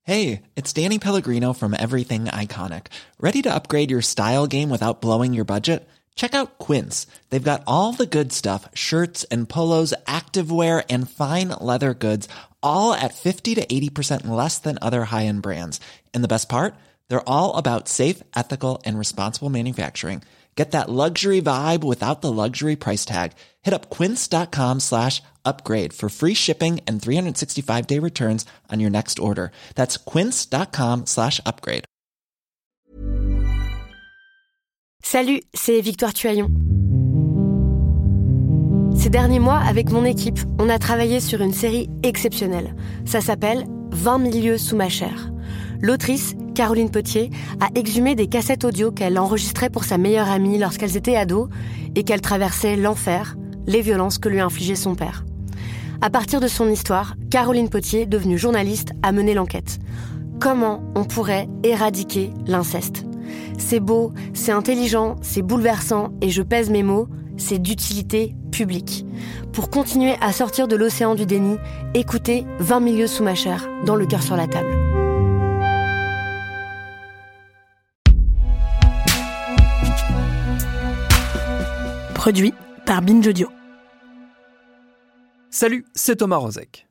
Hey, it's Danny Pellegrino from Everything Iconic. Ready to upgrade your style game without blowing your budget? Check out Quince. They've got all the good stuff, shirts and polos, activewear, and fine leather goods, all at 50 to 80% less than other high-end brands. And the best part? They're all about safe, ethical, and responsible manufacturing. Get that luxury vibe without the luxury price tag. Hit up quince.com/upgrade for free shipping and 365-day returns on your next order. That's quince.com/upgrade. Salut, c'est Victoire Tuaillon. Ces derniers mois, avec mon équipe, on a travaillé sur une série exceptionnelle. Ça s'appelle 20 000 lieues sous ma chair. L'autrice, Caroline Potier, a exhumé des cassettes audio qu'elle enregistrait pour sa meilleure amie lorsqu'elles étaient ados et qu'elle traversait l'enfer, les violences que lui infligeait son père. À partir de son histoire, Caroline Potier, devenue journaliste, a mené l'enquête. Comment on pourrait éradiquer l'inceste ? C'est beau, c'est intelligent, c'est bouleversant et je pèse mes mots, c'est d'utilité publique. Pour continuer à sortir de l'océan du déni, écoutez 20 000 lieues sous ma chair, dans Le cœur sur la table. Produit par Binge Audio. Salut, c'est Thomas Rozek.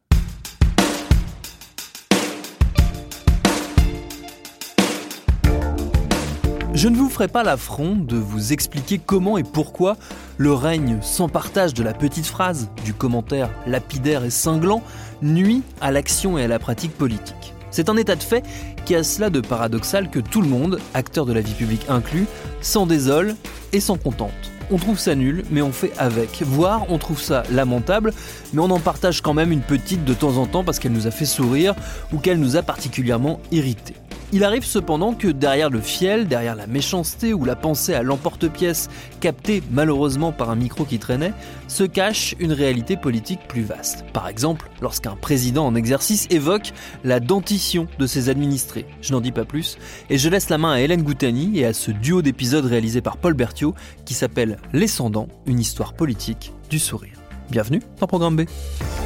Je ne vous ferai pas l'affront de vous expliquer comment et pourquoi le règne sans partage de la petite phrase, du commentaire lapidaire et cinglant, nuit à l'action et à la pratique politique. C'est un état de fait qui a cela de paradoxal que tout le monde, acteur de la vie publique inclus, s'en désole et s'en contente. On trouve ça nul, mais on fait avec. Voire, on trouve ça lamentable, mais on en partage quand même une petite de temps en temps parce qu'elle nous a fait sourire ou qu'elle nous a particulièrement irrités. Il arrive cependant que derrière le fiel, derrière la méchanceté ou la pensée à l'emporte-pièce captée malheureusement par un micro qui traînait, se cache une réalité politique plus vaste. Par exemple, lorsqu'un président en exercice évoque la dentition de ses administrés. Je n'en dis pas plus, et je laisse la main à Hélène Goutani et à ce duo d'épisodes réalisé par Paul Berthiaud qui s'appelle Les Sans-Dents, une histoire politique du sourire. Bienvenue dans Programme B.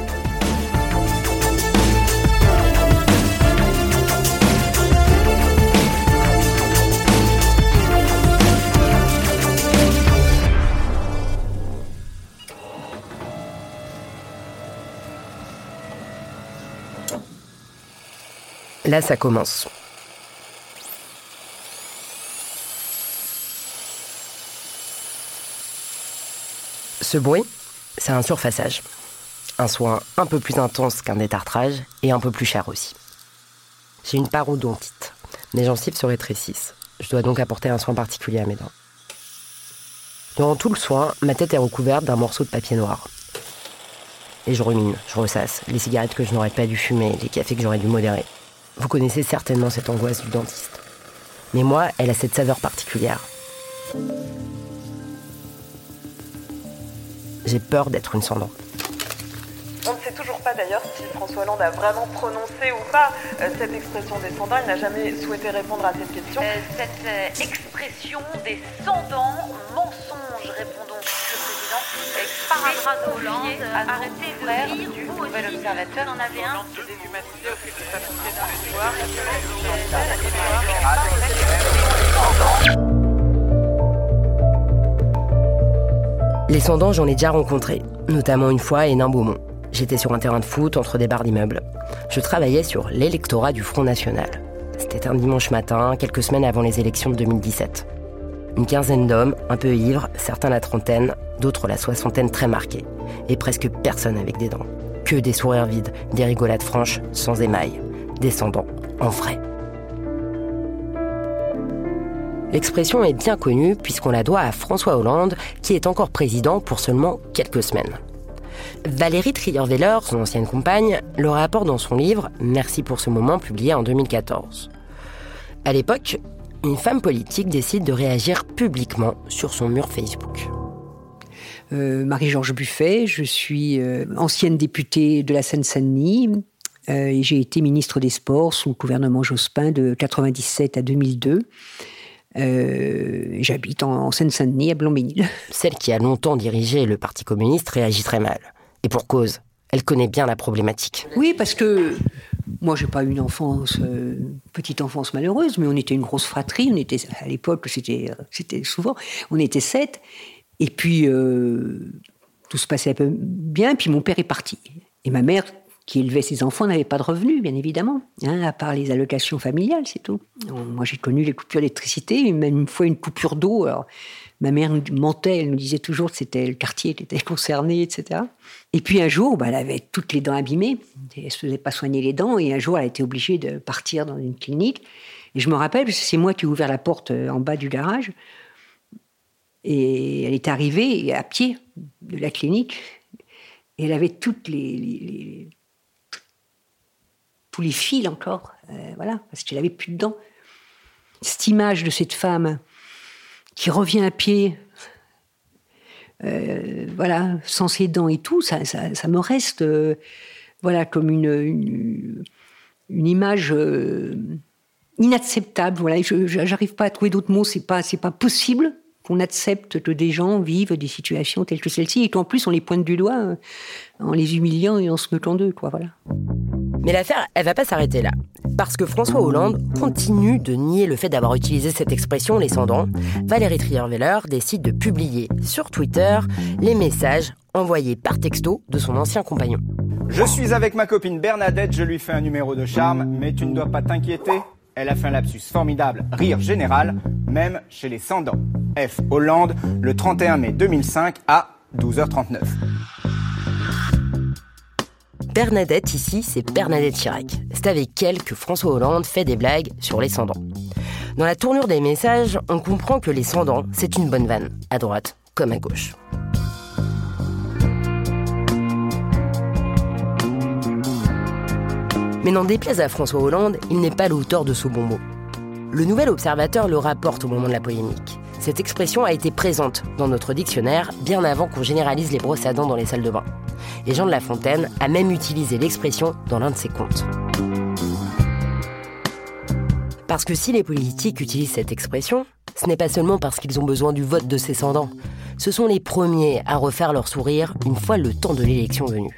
Là, ça commence. Ce bruit, c'est un surfaçage. Un soin un peu plus intense qu'un détartrage et un peu plus cher aussi. J'ai une parodontite. Mes gencives se rétrécissent. Je dois donc apporter un soin particulier à mes dents. Durant tout le soin, ma tête est recouverte d'un morceau de papier noir. Et je rumine, je ressasse les cigarettes que je n'aurais pas dû fumer, les cafés que j'aurais dû modérer. Vous connaissez certainement cette angoisse du dentiste. Mais moi, elle a cette saveur particulière. J'ai peur d'être une sans-dent. On ne sait toujours pas d'ailleurs si François Hollande a vraiment prononcé ou pas cette expression des sans-dents. Il n'a jamais souhaité répondre à cette question. Cette expression des sans-dents, mensonge, répond donc le président. Sparadrap Hollande, arrêtez de rire du nouvel observateur. On en avait un. Se déshumaniser au fil de sa montée dans l'histoire. Les sans-dents, j'en ai déjà rencontré, notamment une fois à Hénin-Beaumont. J'étais sur un terrain de foot entre des barres d'immeubles. Je travaillais sur l'électorat du Front National. C'était un dimanche matin, quelques semaines avant les élections de 2017. Une quinzaine d'hommes, un peu ivres, certains la trentaine, d'autres la soixantaine très marquée. Et presque personne avec des dents. Que des sourires vides, des rigolades franches, sans émail. Des sans-dents, en vrai. L'expression est bien connue puisqu'on la doit à François Hollande, qui est encore président pour seulement quelques semaines. Valérie Trierweiler, son ancienne compagne, le rapporte dans son livre « Merci pour ce moment » publié en 2014. À l'époque, une femme politique décide de réagir publiquement sur son mur Facebook. Marie-Georges Buffet, je suis ancienne députée de la Seine-Saint-Denis et j'ai été ministre des Sports sous le gouvernement Jospin de 1997 à 2002. J'habite en Seine-Saint-Denis, à Blanc-Ménil. Celle qui a longtemps dirigé le Parti communiste réagit très mal. Et pour cause, elle connaît bien la problématique. Oui, parce que Moi, j'ai pas eu une petite enfance malheureuse, mais on était une grosse fratrie. À l'époque, c'était souvent, on était 7. Et puis, tout se passait un peu bien. Puis mon père est parti. Et ma mère, qui élevait ses enfants, n'avait pas de revenus, bien évidemment, à part les allocations familiales, c'est tout. Moi, j'ai connu les coupures d'électricité, même une fois une coupure d'eau. Alors, ma mère nous mentait, elle nous disait toujours que c'était le quartier qui était concerné, etc. Et puis un jour, elle avait toutes les dents abîmées, elle ne se faisait pas soigner les dents, et un jour, elle a été obligée de partir dans une clinique. Et je me rappelle, parce que c'est moi qui ai ouvert la porte en bas du garage, et elle est arrivée à pied de la clinique, et elle avait tous les fils encore, voilà, parce qu'elle avait plus de dents. Cette image de cette femme qui revient à pied, voilà, sans ses dents et tout, ça me reste, voilà, comme une image inacceptable. Voilà, j'arrive pas à trouver d'autres mots. C'est pas possible qu'on accepte que des gens vivent des situations telles que celle-ci et qu'en plus on les pointe du doigt en les humiliant et en se moquant d'eux, quoi. Voilà. Mais l'affaire, elle va pas s'arrêter là. Parce que François Hollande continue de nier le fait d'avoir utilisé cette expression, les sans-dents. Valérie Trierweiler décide de publier sur Twitter les messages envoyés par texto de son ancien compagnon. Je suis avec ma copine Bernadette, je lui fais un numéro de charme, mais tu ne dois pas t'inquiéter. Elle a fait un lapsus formidable, rire général, même chez les sans-dents. F. Hollande, le 31 mai 2005 à 12h39. Bernadette, ici, c'est Bernadette Chirac. C'est avec elle que François Hollande fait des blagues sur les sans-dents. Dans la tournure des messages, on comprend que les sans-dents, c'est une bonne vanne, à droite comme à gauche. Mais n'en déplaise à François Hollande, il n'est pas l'auteur de ce bon mot. Le Nouvel Observateur le rapporte au moment de la polémique. Cette expression a été présente dans notre dictionnaire bien avant qu'on généralise les brosses à dents dans les salles de bain. Et Jean de La Fontaine a même utilisé l'expression dans l'un de ses contes. Parce que si les politiques utilisent cette expression, ce n'est pas seulement parce qu'ils ont besoin du vote de ces sans-dents. Ce sont les premiers à refaire leur sourire une fois le temps de l'élection venu.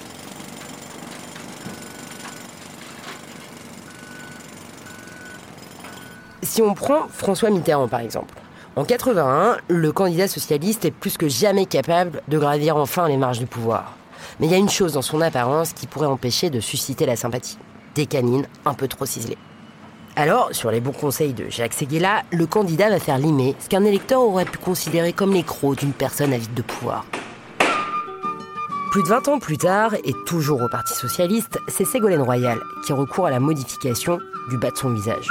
Si on prend François Mitterrand, par exemple. En 81, le candidat socialiste est plus que jamais capable de gravir enfin les marges du pouvoir. Mais il y a une chose dans son apparence qui pourrait empêcher de susciter la sympathie. Des canines un peu trop ciselées. Alors, sur les bons conseils de Jacques Séguéla, le candidat va faire limer ce qu'un électeur aurait pu considérer comme les crocs d'une personne avide de pouvoir. Plus de 20 ans plus tard, et toujours au Parti socialiste, c'est Ségolène Royal qui recourt à la modification du bas de son visage.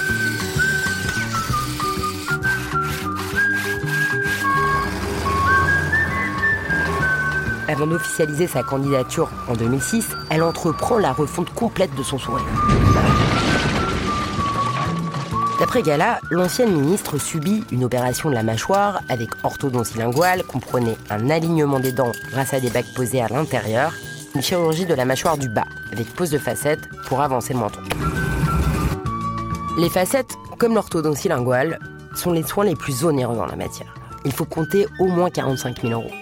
Avant d'officialiser sa candidature en 2006, elle entreprend la refonte complète de son sourire. D'après Gala, l'ancienne ministre subit une opération de la mâchoire avec orthodontie linguale, comprenait un alignement des dents grâce à des bacs posés à l'intérieur, une chirurgie de la mâchoire du bas avec pose de facettes pour avancer le menton. Les facettes, comme l'orthodontie linguale, sont les soins les plus onéreux en la matière. Il faut compter au moins 45 000 €.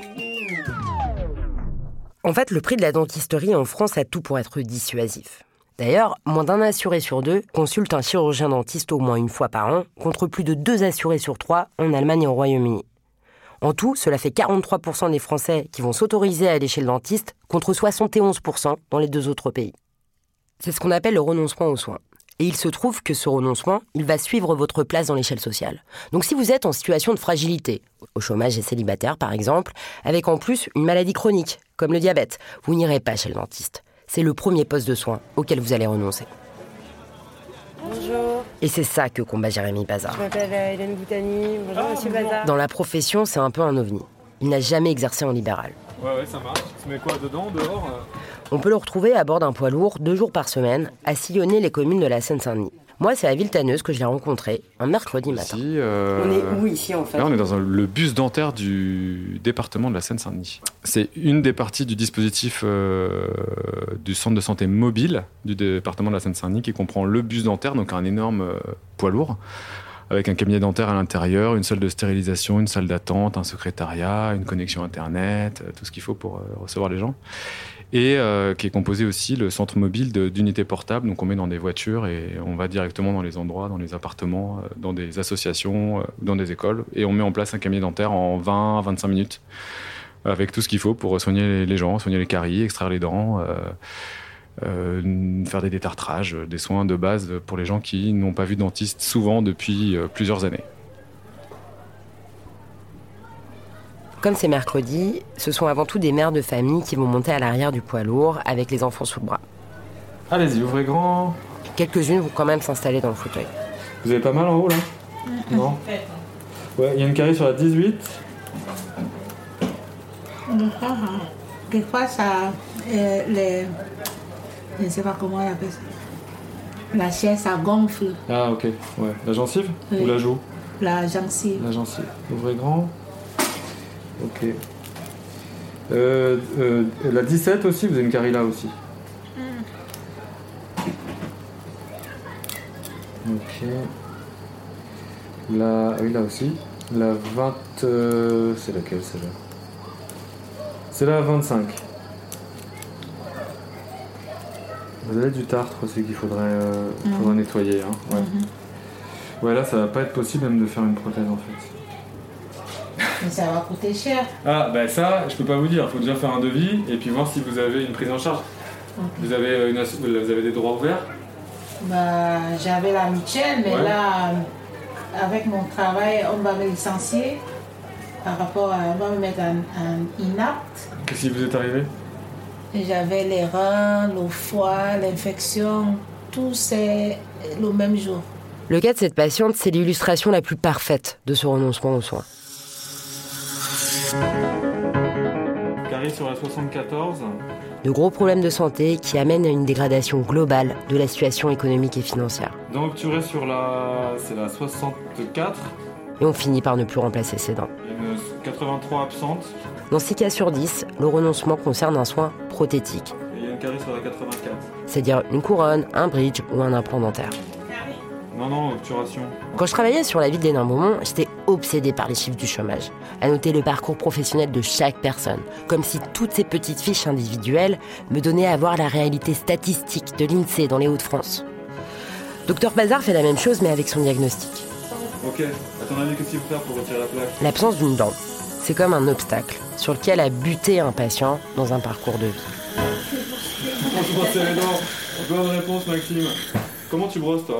En fait, le prix de la dentisterie en France a tout pour être dissuasif. D'ailleurs, moins d'un assuré sur 2 consulte un chirurgien dentiste au moins une fois par an, contre plus de 2 assurés sur 3 en Allemagne et au Royaume-Uni. En tout, cela fait 43% des Français qui vont s'autoriser à aller chez le dentiste, contre 71% dans les 2 autres pays. C'est ce qu'on appelle le renoncement aux soins. Et il se trouve que ce renoncement, il va suivre votre place dans l'échelle sociale. Donc si vous êtes en situation de fragilité, au chômage et célibataire par exemple, avec en plus une maladie chronique, comme le diabète, vous n'irez pas chez le dentiste. C'est le premier poste de soins auquel vous allez renoncer. Bonjour. Et c'est ça que combat Jérémy Bazard. Je m'appelle Hélène Boutani. Bonjour, monsieur Bazard. Dans la profession, c'est un peu un ovni. Il n'a jamais exercé en libéral. Ouais, ça marche. Tu mets quoi dedans, dehors On peut le retrouver à bord d'un poids lourd 2 jours par semaine à sillonner les communes de la Seine-Saint-Denis. Moi, c'est à Villetaneuse que je l'ai rencontré un mercredi matin. On est où ici en fait? Là, on est dans le bus dentaire du département de la Seine-Saint-Denis. C'est une des parties du dispositif du centre de santé mobile du département de la Seine-Saint-Denis qui comprend le bus dentaire, donc un énorme poids lourd, avec un cabinet dentaire à l'intérieur, une salle de stérilisation, une salle d'attente, un secrétariat, une connexion Internet, tout ce qu'il faut pour recevoir les gens. et qui est composé aussi le centre mobile d'unités portables. Donc on met dans des voitures et on va directement dans les endroits, dans les appartements, dans des associations, dans des écoles, et on met en place un cabinet dentaire en 20 à 25 minutes avec tout ce qu'il faut pour soigner les gens, soigner les caries, extraire les dents, faire des détartrages, des soins de base pour les gens qui n'ont pas vu de dentiste souvent depuis plusieurs années. Comme c'est mercredi, ce sont avant tout des mères de famille qui vont monter à l'arrière du poids lourd avec les enfants sous le bras. Allez-y, ouvrez grand. Quelques-unes vont quand même s'installer dans le fauteuil. Vous avez pas mal en haut là ? Non ? Ouais, il y a une carie sur la 18. Des fois, ça. Je ne sais pas comment on appelle ça. La chaise, ça gonfle. Ah, ok. Ouais. La gencive ? Oui. Ou la joue ? La gencive. La gencive. Ouvrez grand. Ok. La 17 aussi, vous avez une carie là aussi. Ok. Oui, là aussi. La 20... c'est laquelle celle-là ? C'est la 25. Vous avez du tartre aussi qu'il faudrait nettoyer. Hein. Ouais. Ouais, là, ça va pas être possible même de faire une prothèse en fait. Mais ça va coûter cher. Ah, bah ça, je peux pas vous dire. Il faut déjà faire un devis et puis voir si vous avez une prise en charge. Vous avez des droits ouverts ? Bah, j'avais la mutuelle, mais ouais. Là, avec mon travail, on va me licencier par rapport à... On va me mettre en inapte. Qu'est-ce qui vous est arrivé ? Et j'avais les reins, le foie, l'infection, tout c'est le même jour. Le cas de cette patiente, c'est l'illustration la plus parfaite de ce renoncement aux soins. Carie sur la 74. De gros problèmes de santé qui amènent à une dégradation globale de la situation économique et financière. Donc tu restes sur c'est la 64. Et on finit par ne plus remplacer ses dents. Il y a une 83 absente. Dans 6 cas sur 10, le renoncement concerne un soin prothétique. Et il y a une carie sur la 84. C'est-à-dire une couronne, un bridge ou un implant dentaire. Non, obturation. Quand je travaillais sur la ville d'Hénin-Beaumont, j'étais obsédée par les chiffres du chômage. À noter le parcours professionnel de chaque personne. Comme si toutes ces petites fiches individuelles me donnaient à voir la réalité statistique de l'INSEE dans les Hauts-de-France. Dr Bazar fait la même chose mais avec son diagnostic. Ok, à ton avis, qu'est-ce qu'il faut faire pour retirer la plaque ? L'absence d'une dent, c'est comme un obstacle sur lequel a buté un patient dans un parcours de vie. Comment tu brosses les dents ? Bonne réponse, Maxime. Comment tu brosses, toi ?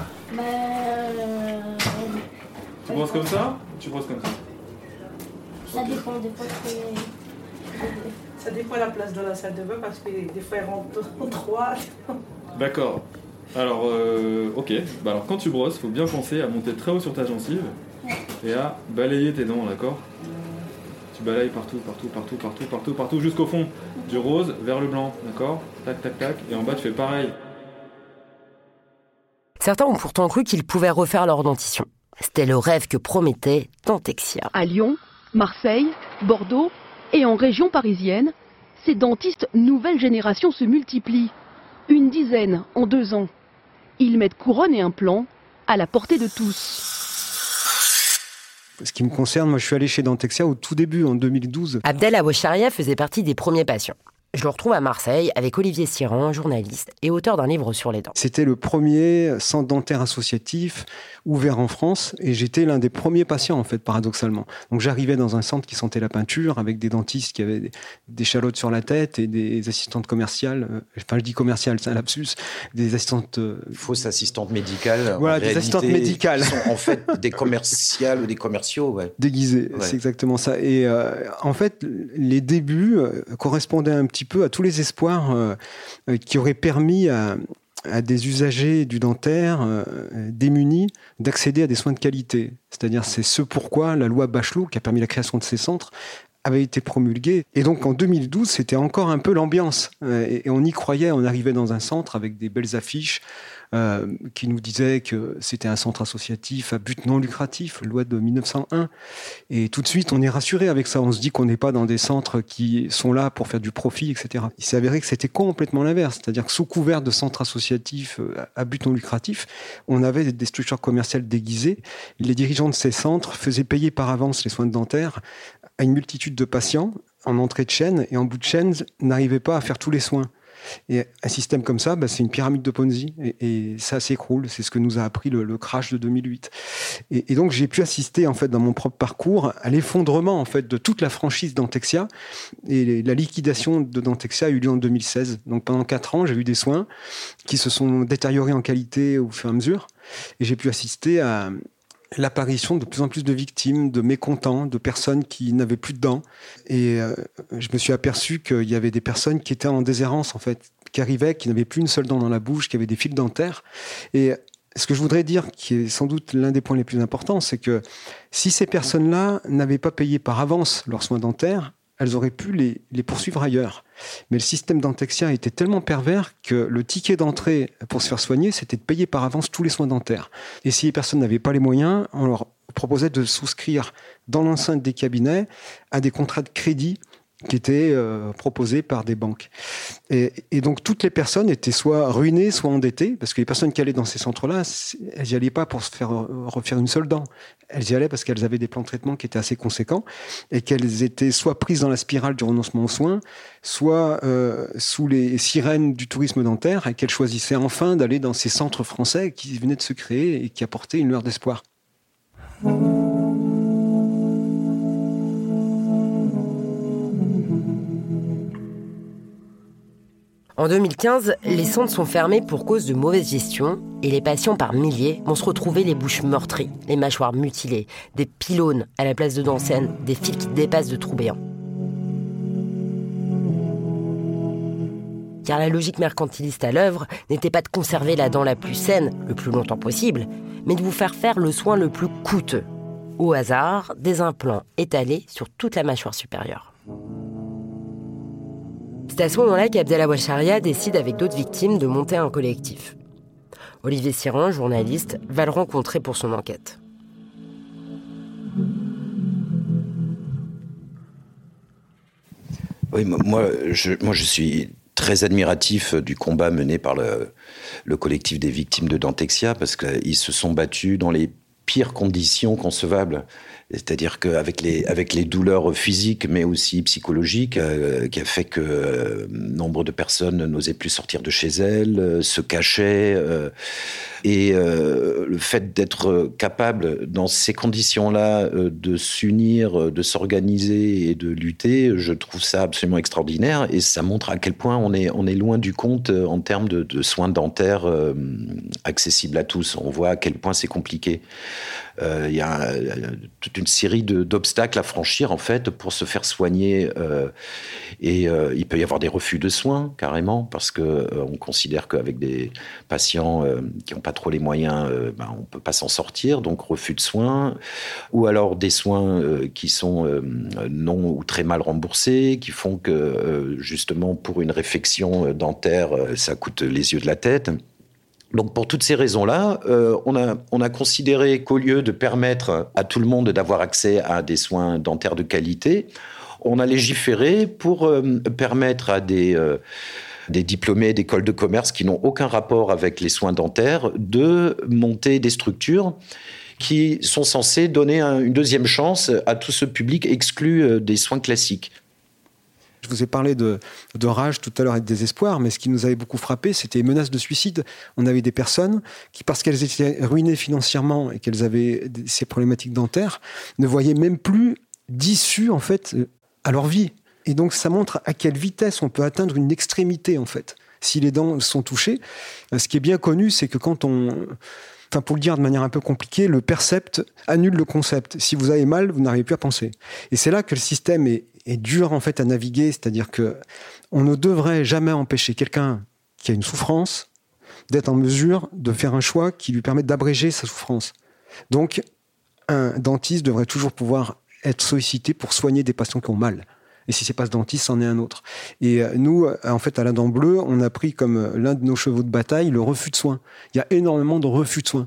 Tu brosses comme ça ou tu brosses comme ça ? Ça dépend des fois. Ça dépend de la place dans la salle de bain parce que des fois ils rentrent trois. D'accord. Alors, ok. Bah alors, quand tu brosses, faut bien penser à monter très haut sur ta gencive et à balayer tes dents, d'accord ? Tu balayes partout, jusqu'au fond. Du rose vers le blanc, d'accord ? Tac, tac, tac. Et en bas, tu fais pareil. Certains ont pourtant cru qu'ils pouvaient refaire leur dentition. C'était le rêve que promettait Dentexia. À Lyon, Marseille, Bordeaux et en région parisienne, ces dentistes nouvelle génération se multiplient. Une dizaine en 2 ans. Ils mettent couronne et implant à la portée de tous. Ce qui me concerne, moi je suis allé chez Dentexia au tout début, en 2012. Abdel Aouacharia faisait partie des premiers patients. Je le retrouve à Marseille avec Olivier Siran, journaliste et auteur d'un livre sur les dents. C'était le premier centre dentaire associatif ouvert en France et j'étais l'un des premiers patients en fait, paradoxalement. Donc j'arrivais dans un centre qui sentait la peinture avec des dentistes qui avaient des chalotes sur la tête et des assistantes commerciales, enfin je dis commerciales, c'est un lapsus, des assistantes... Fausses assistantes médicales. Voilà, des assistantes médicales. Qui sont en fait des commerciales ou des commerciaux. Ouais. Déguisées, ouais. C'est exactement ça. Et en fait, les débuts correspondaient un petit peu à tous les espoirs qui auraient permis à des usagers du dentaire démunis d'accéder à des soins de qualité. C'est-à-dire, c'est ce pourquoi la loi Bachelot, qui a permis la création de ces centres, avait été promulguée. Et donc, en 2012, c'était encore un peu l'ambiance. Et on y croyait, on arrivait dans un centre avec des belles affiches qui nous disaient que c'était un centre associatif à but non lucratif, loi de 1901. Et tout de suite, on est rassuré avec ça. On se dit qu'on n'est pas dans des centres qui sont là pour faire du profit, etc. Il s'est avéré que c'était complètement l'inverse. C'est-à-dire que sous couvert de centres associatifs à but non lucratif, on avait des structures commerciales déguisées. Les dirigeants de ces centres faisaient payer par avance les soins dentaires à une multitude de patients en entrée de chaîne et en bout de chaîne n'arrivaient pas à faire tous les soins. Et un système comme ça, c'est une pyramide de Ponzi et ça s'écroule. C'est ce que nous a appris le crash de 2008. Et donc j'ai pu assister en fait dans mon propre parcours à l'effondrement en fait de toute la franchise Dentexia. Et la liquidation de Dentexia a eu lieu en 2016. Donc pendant 4 ans, j'ai eu des soins qui se sont détériorés en qualité au fur et à mesure. Et j'ai pu assister à l'apparition de plus en plus de victimes, de mécontents, de personnes qui n'avaient plus de dents. Et je me suis aperçu qu'il y avait des personnes qui étaient en déshérence, en fait, qui arrivaient, qui n'avaient plus une seule dent dans la bouche, qui avaient des fils dentaires. Et ce que je voudrais dire, qui est sans doute l'un des points les plus importants, c'est que si ces personnes-là n'avaient pas payé par avance leurs soins dentaires, elles auraient pu les poursuivre ailleurs. Mais le système Dentexia était tellement pervers que le ticket d'entrée pour se faire soigner, c'était de payer par avance tous les soins dentaires. Et si les personnes n'avaient pas les moyens, on leur proposait de souscrire dans l'enceinte des cabinets à des contrats de crédit qui étaient proposés par des banques. Et donc toutes les personnes étaient soit ruinées, soit endettées, parce que les personnes qui allaient dans ces centres-là, elles n'y allaient pas pour se faire refaire une seule dent. Elles y allaient parce qu'elles avaient des plans de traitement qui étaient assez conséquents et qu'elles étaient soit prises dans la spirale du renoncement aux soins, soit sous les sirènes du tourisme dentaire et qu'elles choisissaient enfin d'aller dans ces centres français qui venaient de se créer et qui apportaient une lueur d'espoir. En 2015, les centres sont fermés pour cause de mauvaise gestion et les patients par milliers vont se retrouver les bouches meurtries, les mâchoires mutilées, des pylônes à la place de dents saines, des fils qui dépassent de trous béants. Car la logique mercantiliste à l'œuvre n'était pas de conserver la dent la plus saine le plus longtemps possible, mais de vous faire faire le soin le plus coûteux. Au hasard, des implants étalés sur toute la mâchoire supérieure. C'est à ce moment-là qu'Abdallah Ouacharia décide avec d'autres victimes de monter un collectif. Olivier Siran, journaliste, va le rencontrer pour son enquête. Oui, moi je suis très admiratif du combat mené par le collectif des victimes de Dentexia parce qu'ils se sont battus dans les pires conditions concevables. C'est-à-dire qu'avec les douleurs physiques, mais aussi psychologiques, qui a fait que nombre de personnes n'osaient plus sortir de chez elles, se cachaient. Et le fait d'être capable, dans ces conditions-là, de s'unir, de s'organiser et de lutter, je trouve ça absolument extraordinaire. Et ça montre à quel point on est loin du compte en termes de soins dentaires accessibles à tous. On voit à quel point c'est compliqué. Il y a toute une série d'obstacles à franchir en fait pour se faire soigner et il peut y avoir des refus de soins carrément parce que on considère qu'avec des patients qui n'ont pas trop les moyens on peut pas s'en sortir, donc refus de soins ou alors des soins qui sont non ou très mal remboursés, qui font que justement pour une réfection dentaire ça coûte les yeux de la tête. Donc pour toutes ces raisons-là, on a considéré qu'au lieu de permettre à tout le monde d'avoir accès à des soins dentaires de qualité, on a légiféré pour permettre à des diplômés d'écoles de commerce qui n'ont aucun rapport avec les soins dentaires de monter des structures qui sont censées donner une deuxième chance à tout ce public exclu des soins classiques. Je vous ai parlé de rage tout à l'heure et de désespoir, mais ce qui nous avait beaucoup frappé, c'était les menaces de suicide. On avait des personnes qui, parce qu'elles étaient ruinées financièrement et qu'elles avaient ces problématiques dentaires, ne voyaient même plus d'issue, en fait, à leur vie. Et donc, ça montre à quelle vitesse on peut atteindre une extrémité, en fait, si les dents sont touchées. Ce qui est bien connu, c'est que quand pour le dire de manière un peu compliquée, le percept annule le concept. Si vous avez mal, vous n'arrivez plus à penser. Et c'est là que le système est dur en fait à naviguer, c'est-à-dire que on ne devrait jamais empêcher quelqu'un qui a une souffrance d'être en mesure de faire un choix qui lui permette d'abréger sa souffrance. Donc, un dentiste devrait toujours pouvoir être sollicité pour soigner des patients qui ont mal. Et si c'est pas ce dentiste, c'en est un autre. Et nous, en fait, à la Dent Bleue, on a pris comme l'un de nos chevaux de bataille le refus de soins. Il y a énormément de refus de soins.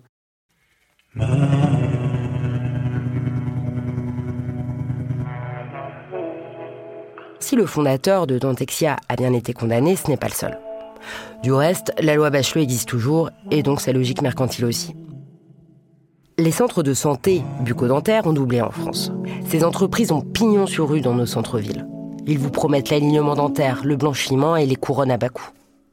Si le fondateur de Dentexia a bien été condamné, ce n'est pas le seul. Du reste, la loi Bachelot existe toujours, et donc sa logique mercantile aussi. Les centres de santé bucco-dentaires ont doublé en France. Ces entreprises ont pignon sur rue dans nos centres-villes. Ils vous promettent l'alignement dentaire, le blanchiment et les couronnes à bas coût.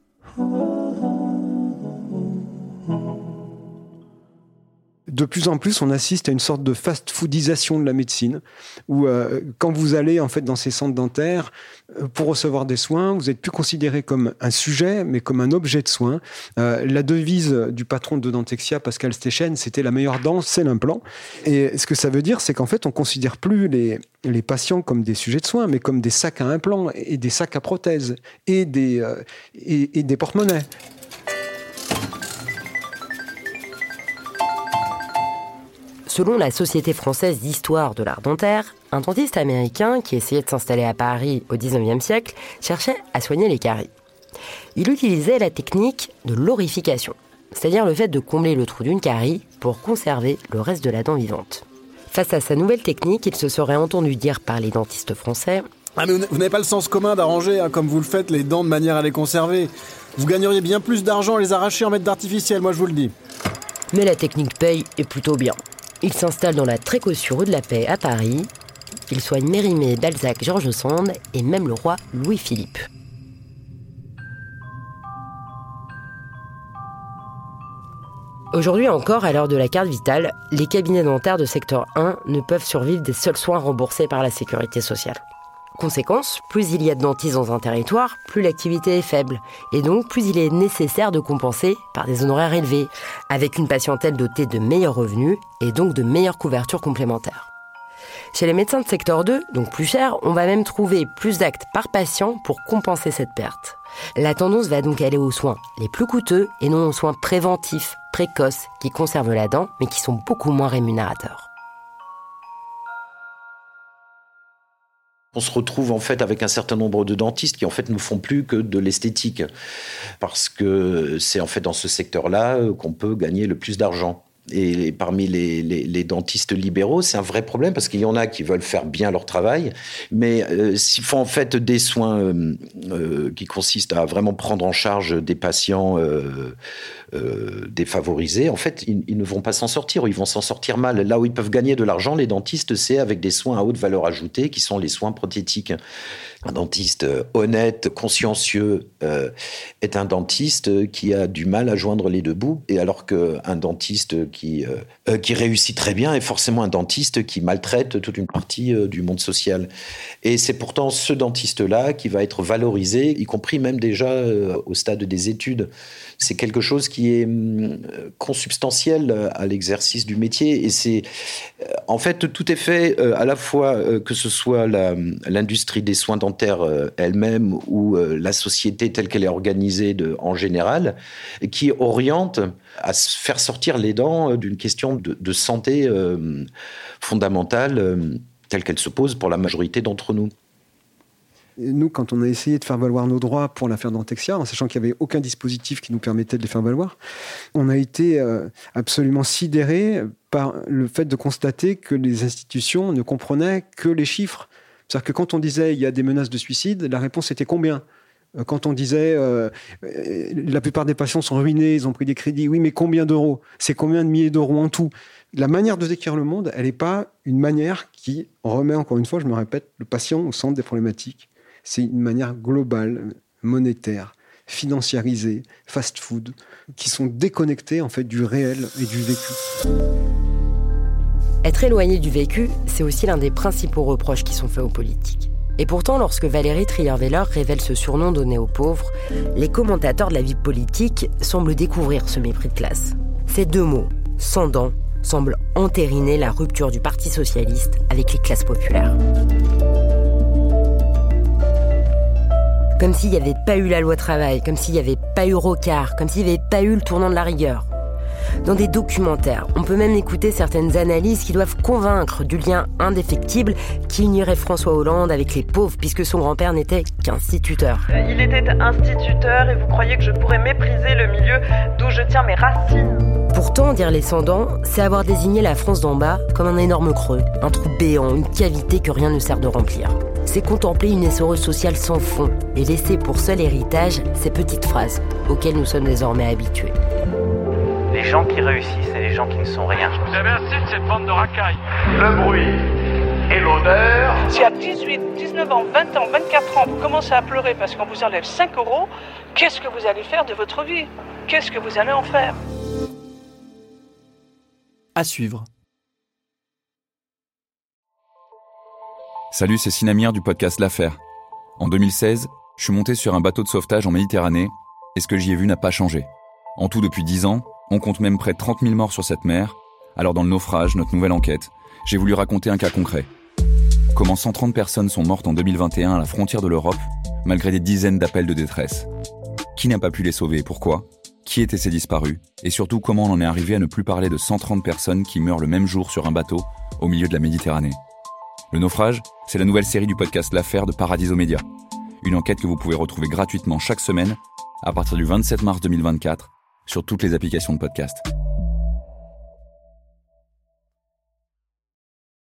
De plus en plus, on assiste à une sorte de fast-foodisation de la médecine, où quand vous allez en fait dans ces centres dentaires pour recevoir des soins, vous n'êtes plus considéré comme un sujet, mais comme un objet de soin. La devise du patron de Dentexia, Pascal Stechen, c'était la meilleure dent, c'est l'implant. Et ce que ça veut dire, c'est qu'en fait, on considère plus les patients comme des sujets de soins, mais comme des sacs à implants et des sacs à prothèses et des porte-monnaies. Selon la Société française d'histoire de l'art dentaire, un dentiste américain qui essayait de s'installer à Paris au XIXe siècle cherchait à soigner les caries. Il utilisait la technique de l'orification, c'est-à-dire le fait de combler le trou d'une carie pour conserver le reste de la dent vivante. Face à sa nouvelle technique, il se serait entendu dire par les dentistes français « Ah mais vous n'avez pas le sens commun d'arranger, comme vous le faites, les dents de manière à les conserver. Vous gagneriez bien plus d'argent à les arracher en mètres d'artificiel, moi je vous le dis. » Mais la technique paye et plutôt bien. Il s'installe dans la très cossue rue de la Paix à Paris. Il soigne Mérimée, Balzac, George Sand et même le roi Louis-Philippe. Aujourd'hui encore, à l'heure de la carte vitale, les cabinets dentaires de secteur 1 ne peuvent survivre des seuls soins remboursés par la sécurité sociale. Conséquence, plus il y a de dentistes dans un territoire, plus l'activité est faible. Et donc, plus il est nécessaire de compenser par des honoraires élevés, avec une patientèle dotée de meilleurs revenus et donc de meilleures couvertures complémentaires. Chez les médecins de secteur 2, donc plus cher, on va même trouver plus d'actes par patient pour compenser cette perte. La tendance va donc aller aux soins les plus coûteux et non aux soins préventifs, précoces, qui conservent la dent, mais qui sont beaucoup moins rémunérateurs. On se retrouve en fait avec un certain nombre de dentistes qui en fait ne font plus que de l'esthétique parce que c'est en fait dans ce secteur-là qu'on peut gagner le plus d'argent. Et parmi les dentistes libéraux, c'est un vrai problème parce qu'il y en a qui veulent faire bien leur travail, mais s'ils font en fait des soins qui consistent à vraiment prendre en charge des patients défavorisés, en fait, ils ne vont pas s'en sortir ou ils vont s'en sortir mal. Là où ils peuvent gagner de l'argent, les dentistes, c'est avec des soins à haute valeur ajoutée qui sont les soins prothétiques. Un dentiste honnête, consciencieux, est un dentiste qui a du mal à joindre les deux bouts, et alors qu'un dentiste qui réussit très bien est forcément un dentiste qui maltraite toute une partie du monde social. Et c'est pourtant ce dentiste-là qui va être valorisé, y compris même déjà au stade des études. C'est quelque chose qui est consubstantiel à l'exercice du métier. Et c'est, en fait, tout est fait à la fois que ce soit l'industrie des soins dentaires elle-même ou la société telle qu'elle est organisée en général, qui oriente à faire sortir les dents d'une question de santé fondamentale telle qu'elle se pose pour la majorité d'entre nous. Nous, quand on a essayé de faire valoir nos droits pour l'affaire Dentexia, en sachant qu'il n'y avait aucun dispositif qui nous permettait de les faire valoir, on a été absolument sidérés par le fait de constater que les institutions ne comprenaient que les chiffres. C'est-à-dire que quand on disait « il y a des menaces de suicide », la réponse était « combien ?» Quand on disait la plupart des patients sont ruinés, ils ont pris des crédits, oui, mais combien d'euros? C'est combien de milliers d'euros en tout? La manière de décrire le monde, elle n'est pas une manière qui remet, encore une fois, je me répète, le patient au centre des problématiques. C'est une manière globale, monétaire, financiarisée, fast-food, qui sont déconnectées en fait du réel et du vécu. Être éloigné du vécu, c'est aussi l'un des principaux reproches qui sont faits aux politiques. Et pourtant, lorsque Valérie Trierweiler révèle ce surnom donné aux pauvres, les commentateurs de la vie politique semblent découvrir ce mépris de classe. Ces deux mots, sans dents, semblent entériner la rupture du Parti socialiste avec les classes populaires. Comme s'il n'y avait pas eu la loi travail, comme s'il n'y avait pas eu Rocard, comme s'il n'y avait pas eu le tournant de la rigueur. Dans des documentaires, on peut même écouter certaines analyses qui doivent convaincre du lien indéfectible qui unierait François Hollande avec les pauvres, puisque son grand-père n'était qu'instituteur. Il était instituteur et vous croyez que je pourrais mépriser le milieu d'où je tiens mes racines? Pourtant, dire les sans-dents, c'est avoir désigné la France d'en bas comme un énorme creux, un trou béant, une cavité que rien ne sert de remplir. C'est contempler une essoreuse sociale sans fond et laisser pour seul héritage ces petites phrases auxquelles nous sommes désormais habitués. Les gens qui réussissent et les gens qui ne sont rien. Vous avez assez de cette bande de racailles. Le bruit, et l'odeur. Si à 18, 19 ans, 20 ans, 24 ans, vous commencez à pleurer parce qu'on vous enlève 5 €, qu'est-ce que vous allez faire de votre vie? Qu'est-ce que vous allez en faire? À suivre. Salut, c'est Sinamir du podcast L'Affaire. En 2016, je suis monté sur un bateau de sauvetage en Méditerranée et ce que j'y ai vu n'a pas changé. En tout, depuis 10 ans, on compte même près de 30 000 morts sur cette mer. Alors dans le naufrage, notre nouvelle enquête, j'ai voulu raconter un cas concret. Comment 130 personnes sont mortes en 2021 à la frontière de l'Europe, malgré des dizaines d'appels de détresse. Qui n'a pas pu les sauver et pourquoi? Qui étaient ces disparus? Et surtout, comment on en est arrivé à ne plus parler de 130 personnes qui meurent le même jour sur un bateau au milieu de la Méditerranée? Le naufrage, c'est la nouvelle série du podcast L'Affaire de Paradiso Media. Une enquête que vous pouvez retrouver gratuitement chaque semaine à partir du 27 mars 2024 sur toutes les applications de podcast.